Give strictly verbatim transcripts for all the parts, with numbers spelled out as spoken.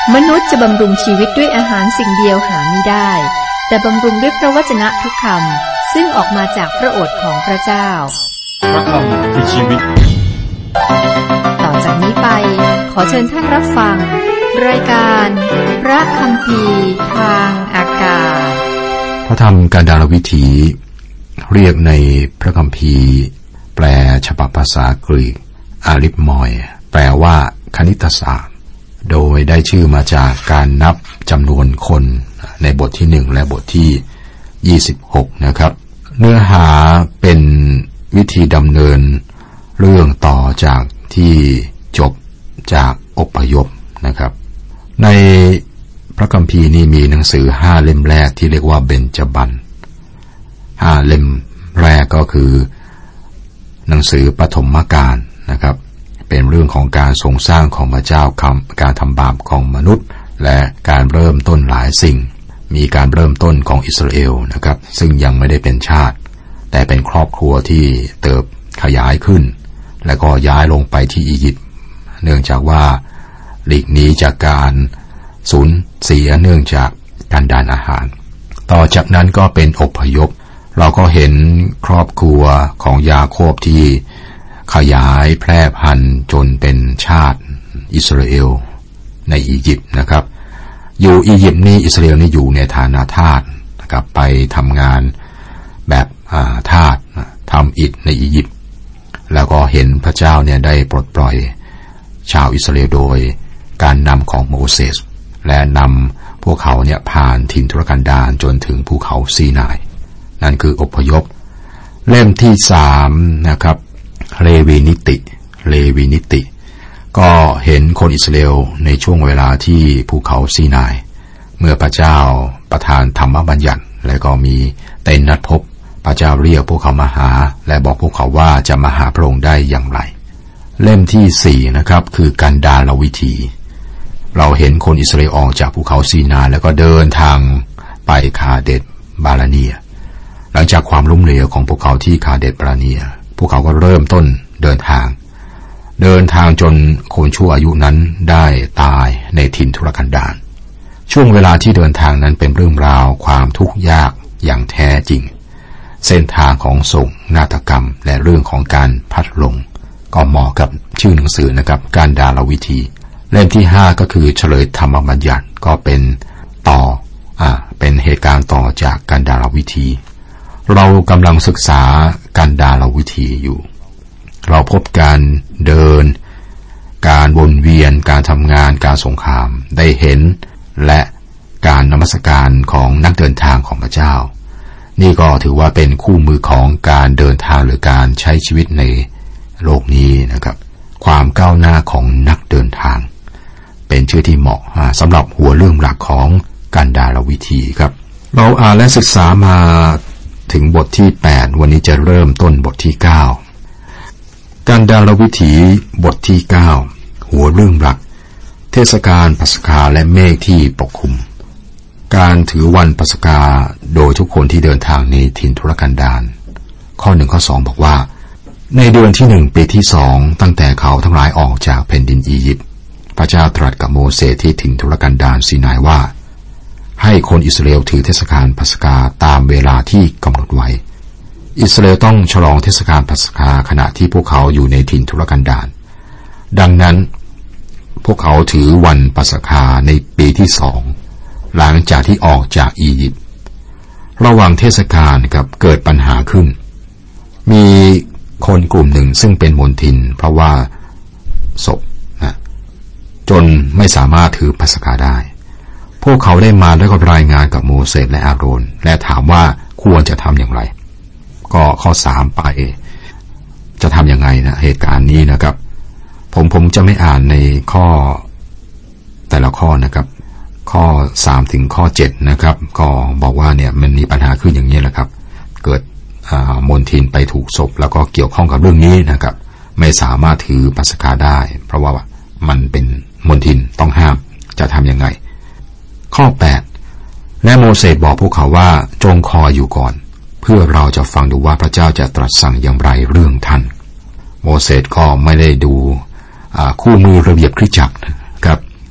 มนุษย์จะบำรุงชีวิตด้วยอาหารสิ่งเดียวหาไม่ได้แต่บำรุงด้วยพระวจนะทุกคำซึ่งออกมาจากพระโอษฐ์ของพระเจ้าพระคำคือชีวิตต่อจากนี้ไปขอเชิญท่านรับฟังรายการพระคัมภีร์ทางอากาศพระธรรมกาดาลวิถีเรียกในพระคัมภีร์แปลฉบับภาษากรีกอาริธมอยแปลว่าคณิตศาสตร์โดยได้ชื่อมาจากการนับจำนวนคนในบทที่หนึ่งและบทที่ยี่สิบหกนะครับเนื้อหาเป็นวิธีดำเนินเรื่องต่อจากที่จบจากอพยพนะครับในพระคัมภีร์นี้มีหนังสือห้าเล่มแรกที่เรียกว่าเบญจบันห้าเล่มแรกก็คือหนังสือปฐมกาลนะครับเป็นเรื่องของการทรงสร้างของพระเจ้าการทำบาปของมนุษย์และการเริ่มต้นหลายสิ่งมีการเริ่มต้นของอิสราเอลนะครับซึ่งยังไม่ได้เป็นชาติแต่เป็นครอบครัวที่เติบขยายขึ้นและก็ย้ายลงไปที่อียิปต์เนื่องจากว่าหลีกหนีจากการสูญเสียเนื่องจากการดานอาหารต่อจากนั้นก็เป็นอพยพเราก็เห็นครอบครัวของยาโคบที่ขยายแพร่พันธุ์จนเป็นชาติอิสราเอลในอียิปต์นะครับอยู่อียิปต์นี่อิสราเอลนี่อยู่ในฐานะทาสนะครับไปทำงานแบบทาสทำอิฐในอียิปต์แล้วก็เห็นพระเจ้าเนี่ยได้ปลดปล่อยชาวอิสราเอลโดยการนำของโมเสสและนำพวกเขาเนี่ยผ่านถิ่นทุรกันดารจนถึงภูเขาซีนายนั่นคืออพยพเล่มที่สามนะครับเลวีนิติเลวีนิติก็เห็นคนอิสราเอลในช่วงเวลาที่ภูเขาซีนายเมื่อพระเจ้าประทานธรรมบัญญัติและก็มีเต็นนัดพบพระเจ้าเรียกพวกเขามาหาและบอกพวกเขาว่าจะมาหาพระองค์ได้อย่างไรเล่มที่สี่นะครับคือกันดารวิถีเราเห็นคนอิสราเอลออกจากภูเขาซีนายแล้วก็เดินทางไปคาเดชบาราเนียหลังจากความล้มเหลวของพวกเขาที่คาเดชบาราเนียพวกเขาก็เริ่มต้นเดินทางเดินทางจนคนชั่วอายุนั้นได้ตายในถิ่นทุรกันดารช่วงเวลาที่เดินทางนั้นเป็นเรื่องราวความทุกข์ยากอย่างแท้จริงเส้นทางของโศกนาฏกรรมและเรื่องของการพัดหลงก็เหมาะกับชื่อหนังสือนะครับการดารวิธีเล่มที่ห้าก็คือเฉลยธรรมบัญญัติก็เป็นต่ออ่าเป็นเหตุการณ์ต่อจากการดารวิธีเรากำลังศึกษาการดารวิธีอยู่เราพบการเดินการวนเวียนการทำงานการสงครามได้เห็นและการนมัสการของนักเดินทางของพระเจ้านี่ก็ถือว่าเป็นคู่มือของการเดินทางหรือการใช้ชีวิตในโลกนี้นะครับความก้าวหน้าของนักเดินทางเป็นชื่อที่เหมาะสำหรับหัวเรื่องหลักของการดารวิธีครับเราอ่านและศึกษามาถึงบทที่แปดวันนี้จะเริ่มต้นบทที่เก้าการดารวิถีบทที่เก้าหัวเรื่องหลักเทศกาลปัสกาและเมฆที่ปกคลุมการถือวันปัสกาโดยทุกคนที่เดินทางในถิ่นทุรกันดารข้อหนึ่งข้อสองบอกว่าในเดือนที่หนึ่งปีที่สองตั้งแต่เขาทั้งหลายออกจากแผ่นดินอียิปต์พระเจ้าตรัสกับโมเสสที่ถิ่นทุรกันดารซีนายว่าให้คนอิสราเอลถือเทศกาลปัสกาตามเวลาที่กำหนดไว้อิสราเอลต้องฉลองเทศกาลปัสกาขณะที่พวกเขาอยู่ในถิ่นทุรกันดารดังนั้นพวกเขาถือวันปัสกาในปีที่สองหลังจากที่ออกจากอียิปต์ระหว่างเทศกาลกับเกิดปัญหาขึ้นมีคนกลุ่มหนึ่งซึ่งเป็นมณฑินเพราะว่าศพนะจนไม่สามารถถือปัสกาได้พวกเขาได้มาแล้วก็รายงานกับโมเสสและอาโรนและถามว่าควรจะทำอย่างไรก็ข้อสามไปจะทำยังไงนะเหตุการณ์นี้นะครับผมผมจะไม่อ่านในข้อแต่ละข้อนะครับข้อสามถึงข้อเจ็ดนะครับก็บอกว่าเนี่ยมันมีปัญหาขึ้นอย่างนี้แหละครับเกิดมณฑินไปถูกศพแล้วก็เกี่ยวข้องกับเรื่องนี้นะครับไม่สามารถถือปัสกาได้เพราะว่ามันเป็นมณฑินต้องห้ามจะทำยังไงข้อแปดและโมเสสบอกพวกเขาว่าจงคอยอยู่ก่อนเพื่อเราจะฟังดูว่าพระเจ้าจะตรัสสั่งอย่างไรเรื่องท่านโมเสสก็ไม่ได้ดูคู่มือระเบียบคริสตจักรครับ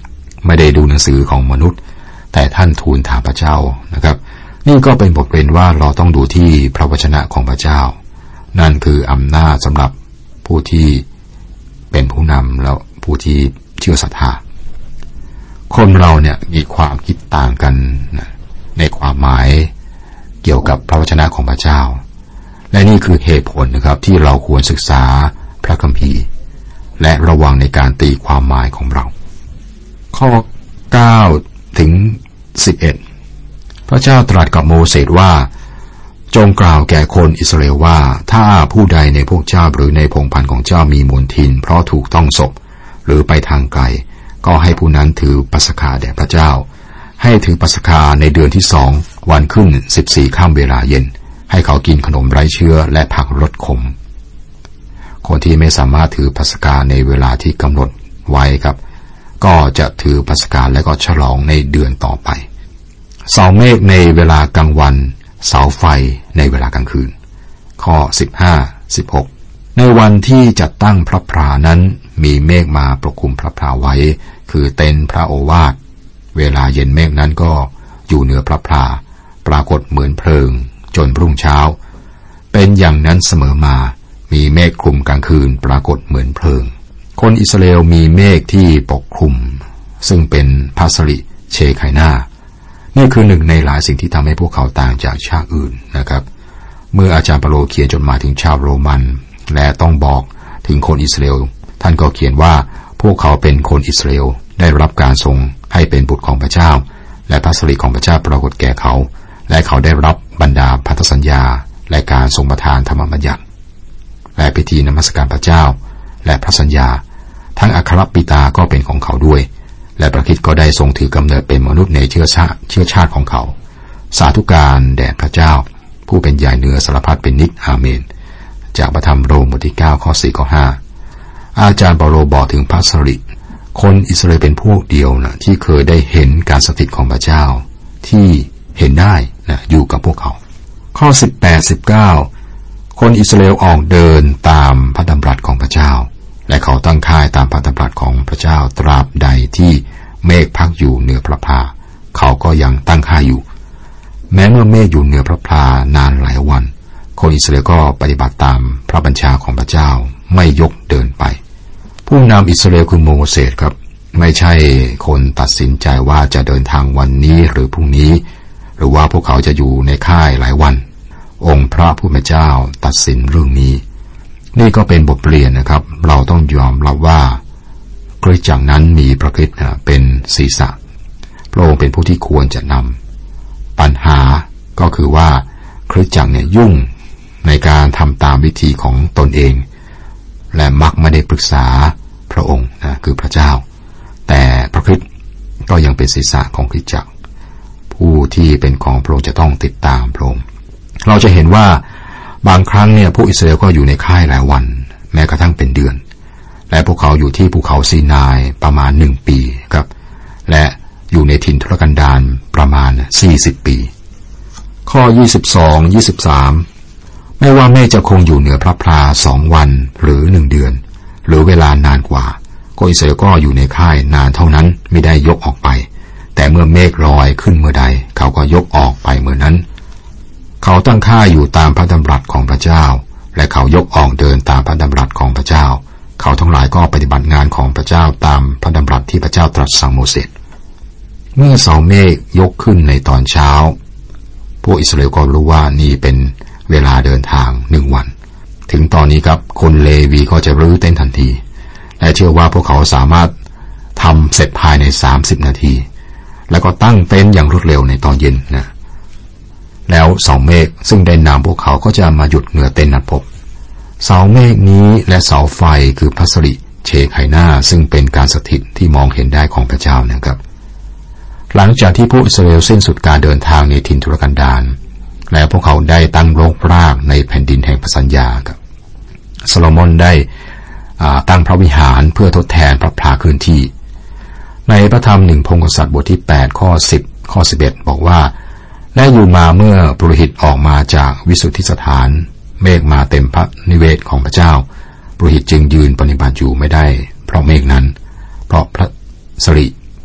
ไม่ได้ดูหนังสือของมนุษย์แต่ท่านทูลถามพระเจ้านะครับนี่ก็เป็นบทเรียนว่าเราต้องดูที่พระวจนะของพระเจ้านั่นคืออำนาจสำหรับผู้ที่เป็นผู้นำแล้วผู้ที่เชื่อศรัทธาคนเราเนี่ยมีความคิดต่างกันในความหมายเกี่ยวกับพระวจนะของพระเจ้าและนี่คือเหตุผลนะครับที่เราควรศึกษาพระคัมภีร์และระวังในการตีความหมายของเราข้อเก้าถึงสิบเอ็ดพระเจ้าตรัสกับโมเสสว่าจงกล่าวแก่คนอิสราเอลว่าถ้าผู้ใดในพวกเจ้าหรือในพงศ์พันธุ์ของเจ้ามีมลทินเพราะถูกต้องศพหรือไปทางไกลก็ให้ผู้นั้นถือปัสกาแด่พระเจ้าให้ถือปัสกาในเดือนที่สองวันขึ้นสิบสี่ค่ำเวลาเย็นให้เขากินขนมไร้เชื้อและผักรสขมคนที่ไม่สามารถถือปัสกาในเวลาที่กำหนดไว้ครับก็จะถือปัสกาและก็ฉลองในเดือนต่อไปเสาเมฆในเวลากลางวันเสาไฟในเวลากลางคืนข้อสิบห้า สิบหกในวันที่จัดตั้งพระพรานั้นมีเมฆมาปกคลุมพระพราไว้คือเต็นท์พระโอวาทเวลาเย็นเมฆนั้นก็อยู่เหนือพระพราปรากฏเหมือนเพลิงจนรุ่งเช้าเป็นอย่างนั้นเสมอมามีเมฆคลุมกลางคืนปรากฏเหมือนเพลิงคนอิสราเอลมีเมฆที่ปกคลุมซึ่งเป็นพาสริเชไคนานี่คือหนึ่งในหลายสิ่งที่ทำให้พวกเขาต่างจากชาติอื่นนะครับเมื่ออาจารย์เปาโลเขียนจดหมายถึงชาวโรมันและต้องบอกถึงคนอิสราเอลท่านก็เขียนว่าพวกเขาเป็นคนอิสราเอลได้รับการทรงให้เป็นบุตรของพระเจ้าและพระสิริของพระเจ้าปรากฏแก่เขาและเขาได้รับบรรดาพันธสัญญาและการทรงประทานธรรมบัญญัติและพิธีนมัสการพระเจ้าและพระสัญญาทั้งอัครปิตาก็เป็นของเขาด้วยและพระคริสต์ก็ได้ทรงถือกำเนิดเป็นมนุษย์ในเชื้อชาติเชื้อชาติของเขาสาธุการแด่พระเจ้าผู้เป็นใหญ่เหนือสารพัดเป็นนิจอาเมนจากพระธรรมโรมบทที่เก้าข้อสี่ข้อห้าอาจารย์เปาโลบอกถึงพระสิริคนอิสราเอลเป็นพวกเดียวนะที่เคยได้เห็นการสถิตของพระเจ้าที่เห็นได้นะอยู่กับพวกเขาข้อสิบแปด สิบเก้าคนอิสราเอลออกเดินตามพระดำรัสของพระเจ้าและเขาตั้งค่ายตามพระดำรัสของพระเจ้าตราบใดที่เมฆพักอยู่เหนือพระพราเขาก็ยังตั้งค่ายอยู่แม้เมื่อเมฆอยู่เหนือพระพรานานหลายวันคนอิสราเอลก็ปฏิบัติตามพระบัญชาของพระเจ้าไม่ยกเดินไปผู้นำอิสราเอลคือโมเสสครับไม่ใช่คนตัดสินใจว่าจะเดินทางวันนี้หรือพรุ่งนี้หรือว่าพวกเขาจะอยู่ในค่ายหลายวันองค์พระผู้เป็นเจ้าตัดสินเรื่องนี้นี่ก็เป็นบทเรียนนะครับเราต้องยอมรับว่าคริสตจักรนั้นมีพระคริสต์เป็นศีรษะพระองค์เป็นผู้ที่ควรจะนำปัญหาก็คือว่าคริสตจักรเนี่ยยุ่งในการทำตามวิธีของตนเองและมักไม่ได้ปรึกษาพระองค์นะคือพระเจ้าแต่พระคริสต์ก็ยังเป็นศีรษะของคริสตจักรผู้ที่เป็นของพระองค์จะต้องติดตามพระองค์เราจะเห็นว่าบางครั้งเนี่ยพวกอิสราเอลก็อยู่ในค่ายหลายวันแม้กระทั่งเป็นเดือนและพวกเขาอยู่ที่ภูเขาซีนายประมาณหนึ่งปีครับและอยู่ในถิ่นทุรกันดารประมาณสี่สิบปีข้อยี่สิบสอง ยี่สิบสามไม่ว่าเมฆจะคงอยู่เหนือพระพราสองวันหรือหนึ่งเดือนหรือเวลานานกว่าคนอิสราเอลก็อยู่ในค่ายนานเท่านั้นไม่ได้ยกออกไปแต่เมื่อเมฆลอยขึ้นเมื่อใดเขาก็ยกออกไปเมื่อนั้นเขาตั้งค่ายอยู่ตามพระดำรัสของพระเจ้าและเขายกออกเดินตามพระดำรัสของพระเจ้าเขาทั้งหลายก็ปฏิบัติงานของพระเจ้าตามพระดำรัสที่พระเจ้าตรัสสั่งโมเสสเมื่อเสาเมฆยกขึ้นในตอนเช้าพวกอิสราเอลก็รู้ว่านี่เป็นเวลาเดินทางหนึ่งวันถึงตอนนี้ครับคนเลวีก็จะรื้อเต็นท์ทันทีและเชื่อว่าพวกเขาสามารถทำเสร็จภายในสามสิบนาทีแล้วก็ตั้งเต็นท์อย่างรวดเร็วในตอนเย็นนะแล้วเสาเมฆซึ่งได้นำพวกเขาก็จะมาหยุดเหนือเต็นท์นัดพบเสาเมฆนี้และเสาไฟคือพระสิริเชไคนาซึ่งเป็นการสถิตที่มองเห็นได้ของพระเจ้านะครับหลังจากที่พวกอิสราเอลสิ้นสุดการเดินทางในถิ่นทุรกันดารและพวกเขาได้ตั้งรกรากในแผ่นดินแห่งพระสัญญาครับโซโลมอนได้ตั้งพระวิหารเพื่อทดแทนพระพราคืนที่ในพระธรรมหนึ่งพงศษัตริย์บทที่แปดข้อสิบข้อสิบเอ็ดบอกว่าและอยู่มาเมื่อปุโรหิตออกมาจากวิสุทธิสถานเมฆมาเต็มพระนิเวศของพระเจ้าปุโรหิตจึงยืนปฏิบัติอยู่ไม่ได้เพราะเมฆนั้นเพราะพระสิริ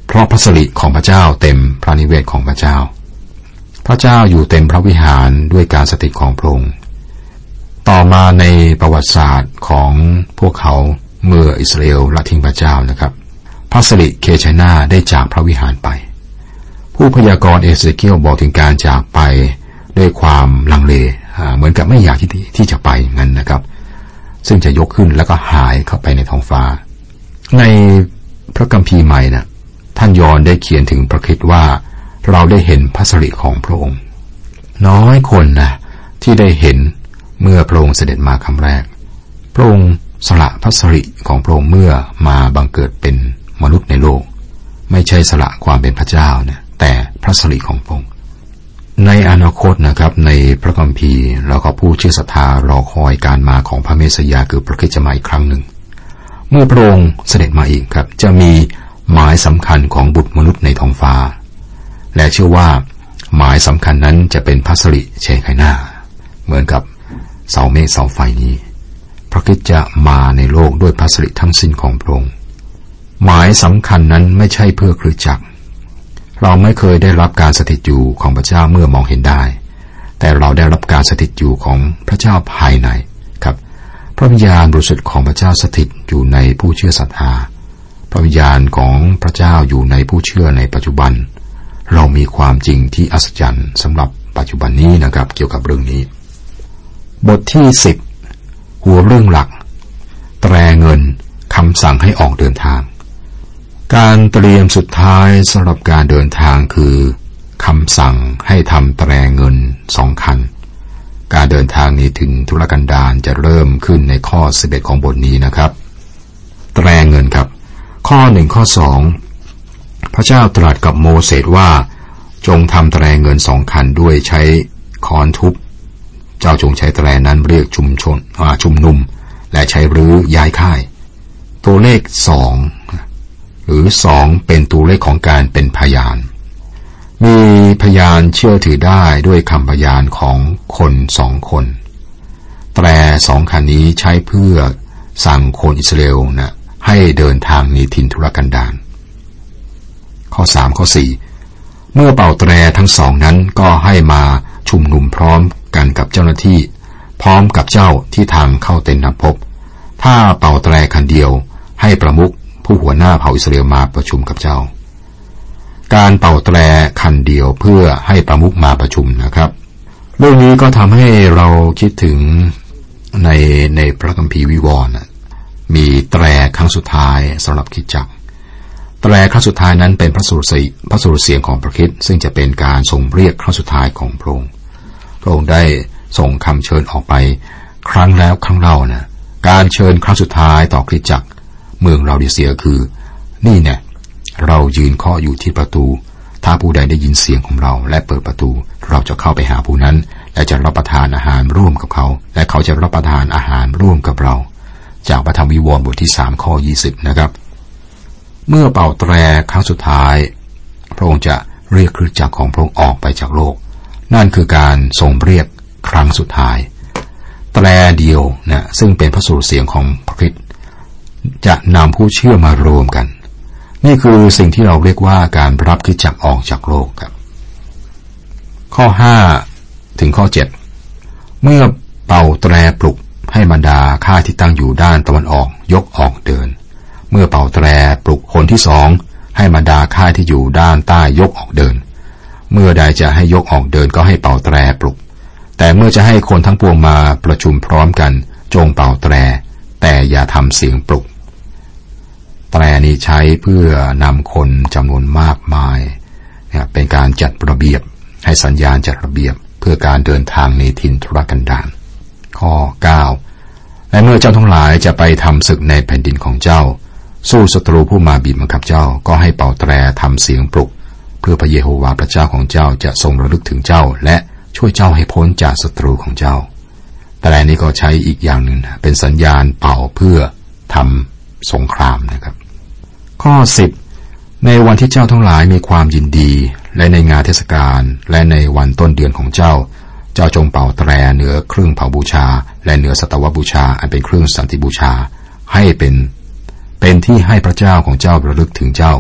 เพราะพระสิริของพระเจ้าเต็มพระนิเวศของพระเจ้าพระเจ้าอยู่เต็มพระวิหารด้วยการสถิตของพระองค์ต่อมาในประวัติศาสตร์ของพวกเขาเมื่ออิสราเอลละทิ้งพระเจ้านะครับพระสิริเคชนาได้จากพระวิหารไปผู้พยากรณ์เอเสเคียลบอกถึงการจากไปด้วยความลังเลเหมือนกับไม่อยากที่ที่จะไปงั้นนะครับซึ่งจะยกขึ้นแล้วก็หายเข้าไปในท้องฟ้าในพระคัมภีร์ใหม่นะท่านยอห์นได้เขียนถึงพระคริสต์ว่าเราได้เห็นพระสิริของพระองค์น้อยคนนะที่ได้เห็นเมื่อพระองค์เสด็จมาครั้งแรกพระองค์สละพระสิริของพระองค์เมื่อมาบังเกิดเป็นมนุษย์ในโลกไม่ใช่สละความเป็นพระเจ้านะแต่พระสิริของพระองค์ในอนาคตนะครับในพระคัมภีร์เราก็ผู้เชื่อศรัทธารอคอยการมาของพระเมสยาคือพระคริสต์จะมาอีกครั้งหนึ่งเมื่อพระองค์เสด็จมาอีกครับจะมีหมายสำคัญของบุตรมนุษย์ในท้องฟ้าและเชื่อว่าหมายสำคัญนั้นจะเป็นพระสิริเชไคนาเหมือนกับเสาเมฆเสาไฟนี้พระคริสต์จะมาในโลกด้วยพระสิริทั้งสิ้นของพระองค์หมายสำคัญนั้นไม่ใช่เพื่อคริสตจักรเราไม่เคยได้รับการสถิตอยู่ของพระเจ้าเมื่อมองเห็นได้แต่เราได้รับการสถิตอยู่ของพระเจ้าภายในครับพระวิญญาณบริสุทธิ์ของพระเจ้าสถิตอยู่ในผู้เชื่อศรัทธาพระวิญญาณของพระเจ้าอยู่ในผู้เชื่อในปัจจุบันเรามีความจริงที่อัศจรรย์สำหรับปัจจุบันนี้นะครับเกี่ยวกับเรื่องนี้บทที่สิบหัวเรื่องหลักแตรเงินคำสั่งให้ออกเดินทางการเตรียมสุดท้ายสำหรับการเดินทางคือคำสั่งให้ทำแตรเงินสองคันการเดินทางนี้ถึงทุรกันดารจะเริ่มขึ้นในข้อสิบเอ็ดของบทนี้นะครับแตรเงินครับข้อหนึ่งข้อสองพระเจ้าตรัสกับโมเสสว่าจงทำแตรเงินสองคันด้วยใช้ค้อนทุบเจ้าจงใช้แตรนั้นเรียกชุมชนชุมนุมและใช้รื้อย้ายค่ายตัวเลขสองหรือสองเป็นตัวเลขของการเป็นพยานมีพยานเชื่อถือได้ด้วยคำพยานของคนสองคนแตรสองคันนี้ใช้เพื่อสั่งคนอิสราเอลนะให้เดินทางในถิ่นทุรกันดารข้อสามข้อสี่เมื่อเป่าแตรทั้งสองนั้นก็ให้มาชุมนุมพร้อมกันกับเจ้าหน้าที่พร้อมกับเจ้าที่ทางเข้าเต็นท์นับพบถ้าเป่าแตรคันเดียวให้ประมุขผู้หัวหน้าเผ่าอิสราเอลมาประชุมกับเจ้าการเป่าแตรคันเดียวเพื่อให้ประมุขมาประชุมนะครับเรื่องนี้ก็ทำให้เราคิดถึงในในพระคัมภีร์วิวรณ์มีแตรครั้งสุดท้ายสำหรับคริสตจักรแตรครั้งสุดท้ายนั้นเป็นพระสุรเสียงพระสุรเสียงของพระคริสต์ซึ่งจะเป็นการส่งเรียกครั้งสุดท้ายของพระองค์พระองค์ได้ส่งคำเชิญออกไปครั้งแล้วครั้งเล่านะการเชิญครั้งสุดท้ายต่อคริสตจักรเมืองลาโอดิเซียคือนี่เนี่ยเรายืนเคาะอยู่ที่ประตูถ้าผู้ใดได้ยินเสียงของเราและเปิดประตูเราจะเข้าไปหาผู้นั้นและจะรับประทานอาหารร่วมกับเขาและเขาจะรับประทานอาหารร่วมกับเราจากพระธรรมวิวรณ์บทที่สามข้อยี่สิบนะครับเมื่อเป่าแตรครั้งสุดท้ายพระองค์จะเรียกคริสตจักรของพระองค์ออกไปจากโลกนั่นคือการทรงเรียกครั้งสุดท้ายแตรเดียวนะซึ่งเป็นพระสุรเสียงของพระคริสต์จะนำผู้เชื่อมารวมกันนี่คือสิ่งที่เราเรียกว่าการรับคริสตจักรออกจากโลกครับข้อห้าถึงข้อเจ็ดเมื่อเป่าแตรปลุกให้บรรดาข้าที่ตั้งอยู่ด้านตะวันออกยกออกเดินเมื่อเป่าแตรปลุกคนที่สองให้บรรดาข้าที่อยู่ด้านใต้ยกออกเดินเมื่อใดจะให้ยกออกเดินก็ให้เป่าแตรปลุกแต่เมื่อจะให้คนทั้งปวงมาประชุมพร้อมกันจงเป่าแตรแต่อย่าทำเสียงปลุกแตรนี้ใช้เพื่อนำคนจำนวนมากมายเป็นการจัดระเบียบให้สัญญาณจัดระเบียบเพื่อการเดินทางในถิ่นทุรกันดารข้อเก้าและเมื่อเจ้าทั้งหลายจะไปทำศึกในแผ่นดินของเจ้าสู้ศัตรูผู้มาบีบบังคับเจ้าก็ให้เป่าแตรทำเสียงปลุกเพื่อพระเยโฮวาห์พระเจ้าของเจ้าจะทรงระลึกถึงเจ้าและช่วยเจ้าให้พ้นจากศัตรูของเจ้าแตรนี้ก็ใช้อีกอย่างหนึ่งเป็นสัญญาณเป่าเพื่อทำสงครามนะครับข้อสิบในวันที่เจ้าทั้งหลายมีความยินดีและในงานเทศกาลและในวันต้นเดือนของเจ้าเจ้าจงเป่าแตรเหนือเครื่องเผาบูชาและเหนือสัตวบูชาอันเป็นเครื่องสันติบูชาให้เป็นเป็นที่ให้พระเจ้าของเจ้าระลึกถึงเจ้า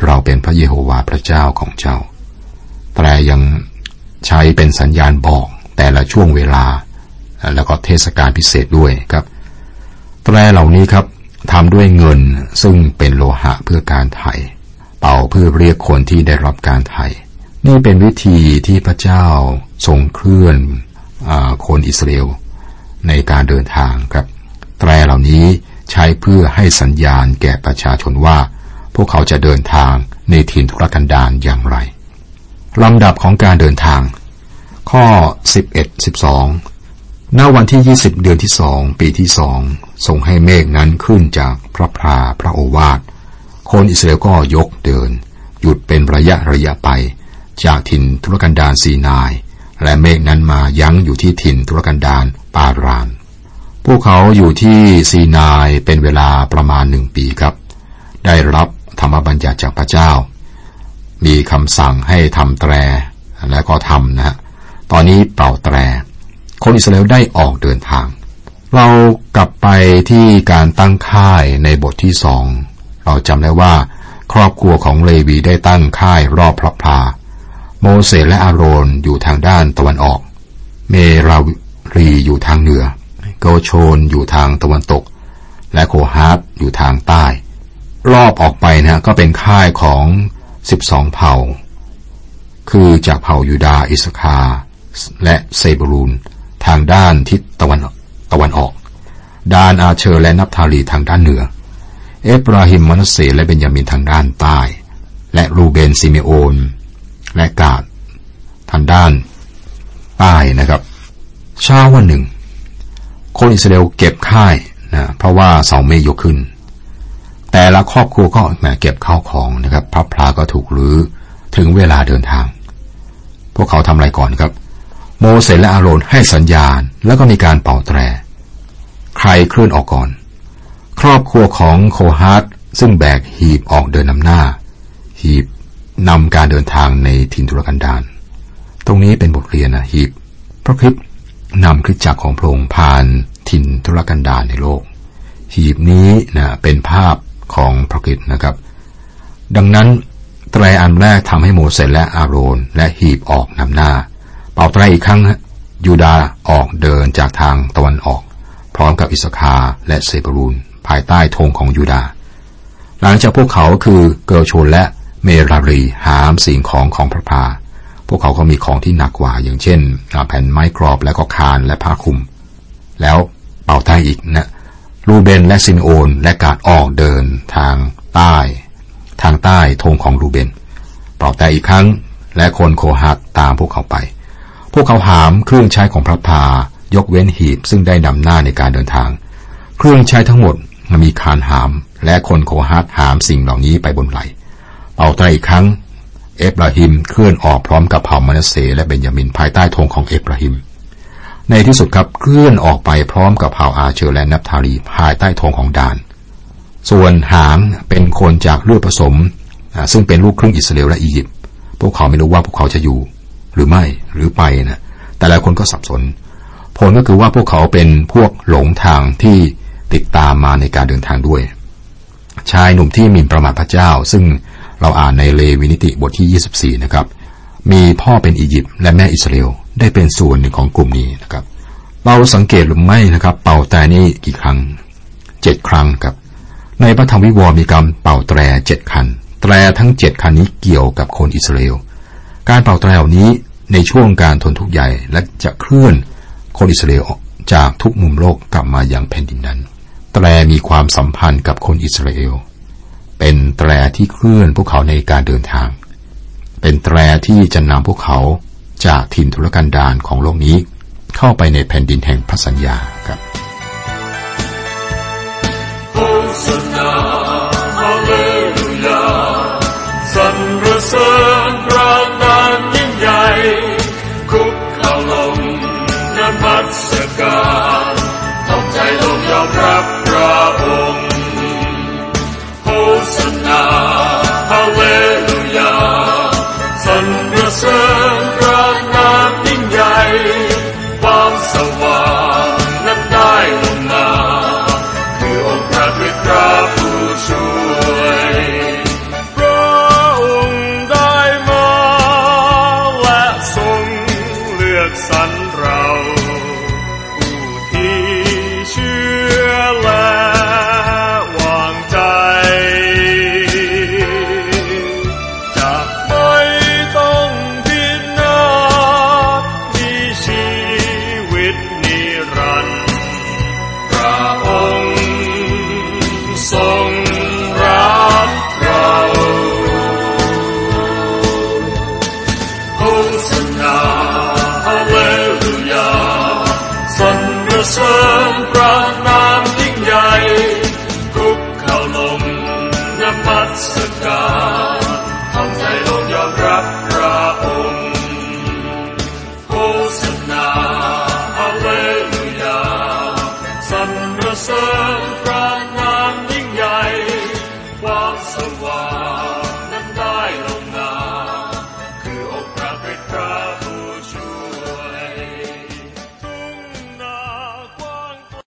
เราเป็นพระเยโฮวาห์พระเจ้าของเจ้าแตรยังใช้เป็นสัญญาณบอกแต่ละช่วงเวลาแล้วก็เทศกาลพิเศษด้วยครับแตรเหล่านี้ครับทำด้วยเงินซึ่งเป็นโลหะเพื่อการไถ่เป่าเพื่อเรียกคนที่ได้รับการไถ่นี่เป็นวิธีที่พระเจ้าทรงเคลื่อนคนอิสราเอลในการเดินทางครับแตรเหล่านี้ใช้เพื่อให้สัญญาณแก่ประชาชนว่าพวกเขาจะเดินทางในถิ่นทุรกันดารอย่างไรลำดับของการเดินทางข้อสิบเอ็ด สิบสองณวันที่ยี่สิบเดือนที่สองปีที่สองทรงให้เมฆนั้นขึ้นจากพระพราพระโอวาทคนอิสราเอลก็ยกเดินหยุดเป็นระยะระยะไปจากถิ่นทุรกันดารซีนายและเมฆนั้นมายั้งอยู่ที่ถิ่นทุรกันดารปารานพวกเขาอยู่ที่ซีนายเป็นเวลาประมาณหนึ่งปีครับได้รับธรรมบัญญัติจากพระเจ้ามีคำสั่งให้ทำแตรและก็ทำนะฮะตอนนี้เป่าแตรคนอิสราเอลได้ออกเดินทางเรากลับไปที่การตั้งค่ายในบทที่สองเราจำได้ว่าครอบครัวของเลวีได้ตั้งค่ายรอบพระพราโมเสสและอาโรนอยู่ทางด้านตะวันออกเมรารีอยู่ทางเหนือโกโชนอยู่ทางตะวันตกและโคฮาตอยู่ทางใต้รอบออกไปนะก็เป็นค่ายของสิบสองเผ่าคือจากเผ่ายูดาห์อิสคาร์และเซบูลูนทางด้านทิศตะวันตะวันออกดานอาเชอร์และนับทาลีทางด้านเหนือเอฟราฮิมมนัสเสและเบนยามินทางด้านใต้และรูเบนซิเมโอนและกาดทางด้านใต้นะครับเช้าวันหนึ่งคนอิสราเอลเก็บค่ายนะเพราะว่าเสาเมฆยกขึ้นแต่ละครอบครัวก็มาเก็บข้าวของนะครับพระพลาก็ถูกรื้อถึงเวลาเดินทางพวกเขาทำอะไรก่อนครับโมเสสและอาโรนให้สัญญาณแล้วก็มีการเป่าแตรใครเคลื่อนออกก่อนครอบครัวของโคฮาตซึ่งแบกหีบออกเดินนำหน้าหีบนำการเดินทางในถิ่นทุรกันดารตรงนี้เป็นบทเรียนนะหีบพระคริสต์นำคริสตจักรของพระองค์ผ่านถิ่นทุรกันดารในโลกหีบนี้นะเป็นภาพของพระคริสต์นะครับดังนั้นแตรอันแรกทำให้โมเสสและอาโรนและหีบออกนำหน้าเป่าแตรอีกครั้งยูดาห์ออกเดินจากทางตะวันออกพร้อมกับอิสคาร์และเซบูลูนภายใต้ธงของยูดาห์หลังจากพวกเขาคือเกอร์โชนและเมรารีหามสิ่งของของพระพาพวกเขาก็มีของที่หนักกว่าอย่างเช่นแผ่นไม้กรอบและก็คานและผ้าคลุมแล้วเป่าแตรอีกนะรูเบนและซิมโอนและกาดออกเดินทางใต้ทางใต้ธงของรูเบนเป่าแตรอีกครั้งและคนโคฮัตตามพวกเขาไปพวกเขาหามเครื่องใช้ของพระพายกเว้นหีบซึ่งได้นำหน้าในการเดินทางเครื่องใช้ทั้งหมดมีคานหามและคนโคฮัตหามสิ่งเหล่านี้ไปบนไหล่เป่าแตรอีกครั้งเอฟราฮิมเคลื่อนออกพร้อมกับเผ่ามนัสเสและเบนยามินภายใต้ธงของเอฟราฮิมในที่สุดครับเคลื่อนออกไปพร้อมกับเผ่าอาเชอร์และนับทาลีภายใต้ธงของดานส่วนหางเป็นคนจากเลือดผสมซึ่งเป็นลูกครึ่งอิสราเอลและอียิปต์พวกเขาไม่รู้ว่าพวกเขาจะอยู่หรือไม่หรือไปนะแต่หลายคนก็สับสนผลก็คือว่าพวกเขาเป็นพวกหลงทางที่ติดตามมาในการเดินทางด้วยชายหนุ่มที่หมิ่นประมาทพระเจ้าซึ่งเราอ่านในเลวีนิติบทที่ยี่สิบสี่นะครับมีพ่อเป็นอียิปต์และแม่อิสราเอลได้เป็นส่วนหนึ่งของกลุ่มนี้นะครับเราสังเกตหรือไม่นะครับเป่าแตรนี้กี่ครั้งเจ็ดครั้งครับในพระธรรมวิวรณ์มีการเป่าแตรเจ็ดคันแตรทั้งเจ็ดคันนี้เกี่ยวกับคนอิสราเอลการเป่าแตรเหล่านี้ในช่วงการทนทุกข์ใหญ่และจะเคลื่อนคนอิสราเอลจากทุกมุมโลกกลับมายังแผ่นดินนั้นแตรมีความสัมพันธ์กับคนอิสราเอลเป็นแตรที่เคลื่อนพวกเขาในการเดินทางเป็นแตรที่จะนำพวกเขาจากถิ่นทุรกันดารของโลกนี้เข้าไปในแผ่นดินแห่งพระสัญญาครับโฮสนาฮาเลลูยาสรรเสริญพระนามยิ่งใหญ่คุกเข่าลงนมัสการทำใจลงยอมรับพระองค์โฮสนาฮาเลลูยาสรรเสริญพระนามยิ่งใหญ่ความสว่างนั้นได้ลงมาคือองค์พระผู้เป็นพระมัสการทำใจลงยอมรับพระองค์โฆษณาฮาเลลูยาสรรเสริญพระนามยิ่งใหญ่ความสว่าง